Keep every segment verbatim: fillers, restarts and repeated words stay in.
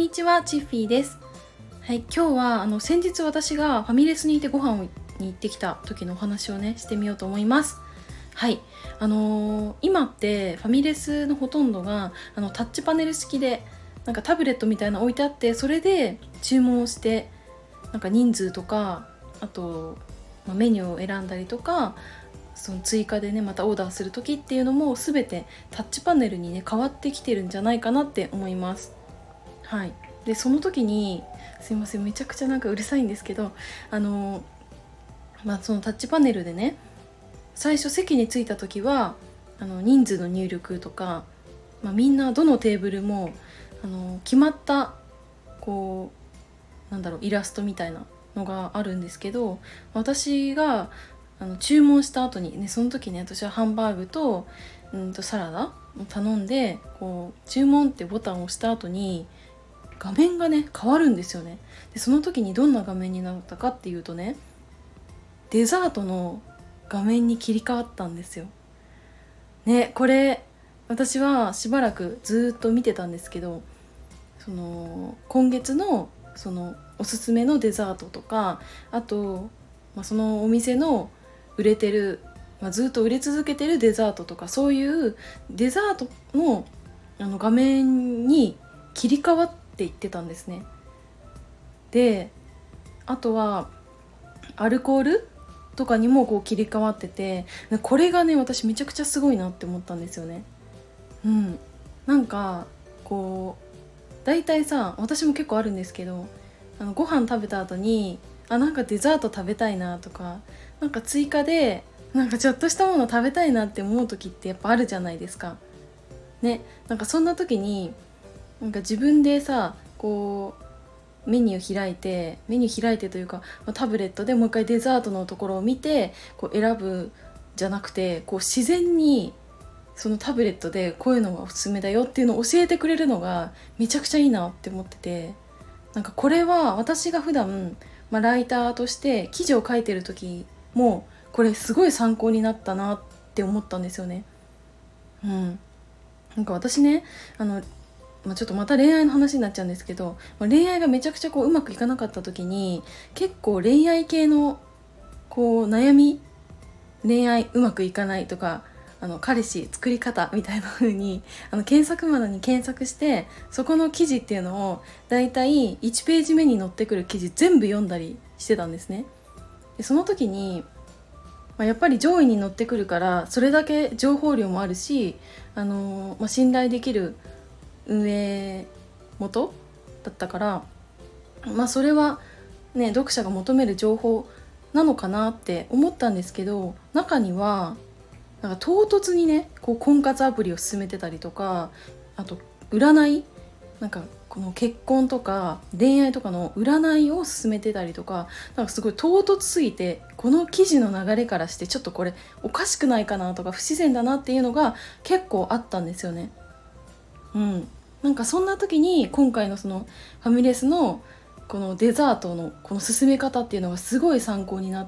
にちは、チッフィーです。はい、今日はあの先日私がファミレスにいてご飯に行ってきた時のお話をねしてみようと思います。はい、あのー、今ってファミレスのほとんどがあのタッチパネル式でなんかタブレットみたいなの置いてあって、それで注文をしてなんか人数とかあと、まあ、メニューを選んだりとか、その追加でねまたオーダーする時っていうのも全てタッチパネルにね変わってきてるんじゃないかなって思います。はい、でその時にすいません、めちゃくちゃなんかうるさいんですけど、あのまあそのタッチパネルでね、最初席に着いた時はあの人数の入力とか、まあ、みんなどのテーブルもあの決まったこうなんだろうイラストみたいなのがあるんですけど、私があの注文した後にね、その時ね私はハンバーグと、うんとサラダを頼んで、こう注文ってボタンを押した後に画面がね変わるんですよね。でその時にどんな画面になったかっていうとね、デザートの画面に切り替わったんですよね。これ私はしばらくずっと見てたんですけど、その今月のそのおすすめのデザートとか、あと、まあ、そのお店の売れてる、まあ、ずっと売れ続けてるデザートとか、そういうデザートの、あの画面に切り替わっていってたんですね。であとはアルコールとかにもこう切り替わってて、これがね私めちゃくちゃすごいなって思ったんですよね。うん、なんかこうだいたいさ、私も結構あるんですけど、あのご飯食べた後にあなんかデザート食べたいなとか、なんか追加でなんかちょっとしたもの食べたいなって思う時ってやっぱあるじゃないですかね。なんかそんな時になんか自分でさこうメニュー開いてメニュー開いてというか、タブレットでもう一回デザートのところを見てこう選ぶじゃなくて、こう自然にそのタブレットでこういうのがおすすめだよっていうのを教えてくれるのがめちゃくちゃいいなって思ってて、なんかこれは私が普段、まあ、ライターとして記事を書いてる時もこれすごい参考になったなって思ったんですよね。うん、なんか私ねあのまあ、ちょっとまた恋愛の話になっちゃうんですけど、まあ、恋愛がめちゃくちゃこううまくいかなかった時に結構恋愛系のこう悩み、恋愛うまくいかないとか、あの彼氏作り方みたいな風にあの検索窓に検索して、そこの記事っていうのをだいたいいちページ目に載ってくる記事全部読んだりしてたんですね。でその時に、まあ、やっぱり上位に載ってくるからそれだけ情報量もあるし、あのーまあ、信頼できる運営元だったから、まあそれはね読者が求める情報なのかなって思ったんですけど、中にはなんか唐突にねこう婚活アプリを進めてたりとか、あと占い、なんかこの結婚とか恋愛とかの占いを進めてたりとか、なんかすごい唐突すぎてこの記事の流れからしてちょっとこれおかしくないかなとか不自然だなっていうのが結構あったんですよね。うん、なんかそんな時に今回のそのファミレスのこのデザートのこの進め方っていうのがすごい参考になって、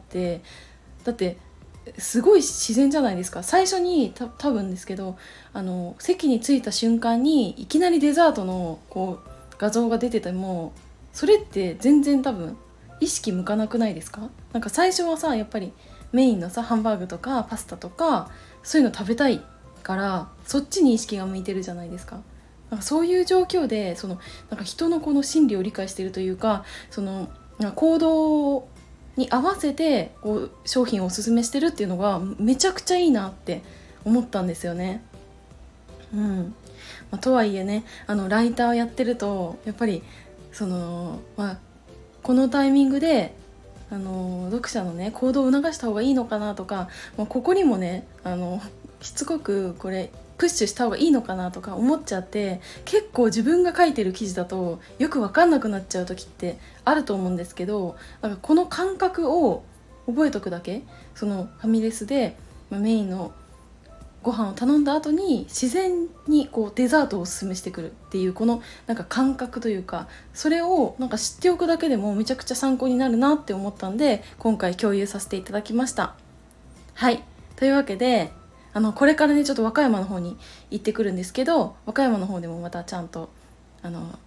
だってすごい自然じゃないですか。最初にた多分ですけど、あの席に着いた瞬間にいきなりデザートのこう画像が出てても、それって全然多分意識向かなくないですか？なんか最初はさやっぱりメインのさハンバーグとかパスタとかそういうの食べたいからそっちに意識が向いてるじゃないですか。なんかそういう状況でそのなんか人のこの心理を理解しているというか、その行動に合わせてこう商品をおすすめしてるっていうのがめちゃくちゃいいなって思ったんですよね。うんまあ、とはいえね、あのライターをやってるとやっぱりその、まあ、このタイミングであの読者のね行動を促した方がいいのかなとか、まあ、ここにもねあのしつこくこれプッシュした方がいいのかなとか思っちゃって、結構自分が書いてる記事だとよく分かんなくなっちゃう時ってあると思うんですけど、なんかこの感覚を覚えとくだけ、そのファミレスでメインのご飯を頼んだ後に自然にこうデザートをおすすめしてくるっていうこのなんか感覚というか、それをなんか知っておくだけでもめちゃくちゃ参考になるなって思ったんで今回共有させていただきました。はい、というわけであのこれからねちょっと和歌山の方に行ってくるんですけど、和歌山の方でもまたちゃんとあの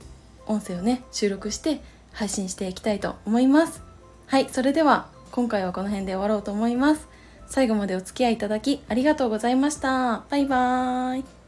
音声をね収録して配信していきたいと思います。はい、それでは今回はこの辺で終わろうと思います。最後までお付き合いいただきありがとうございました。バイバーイ。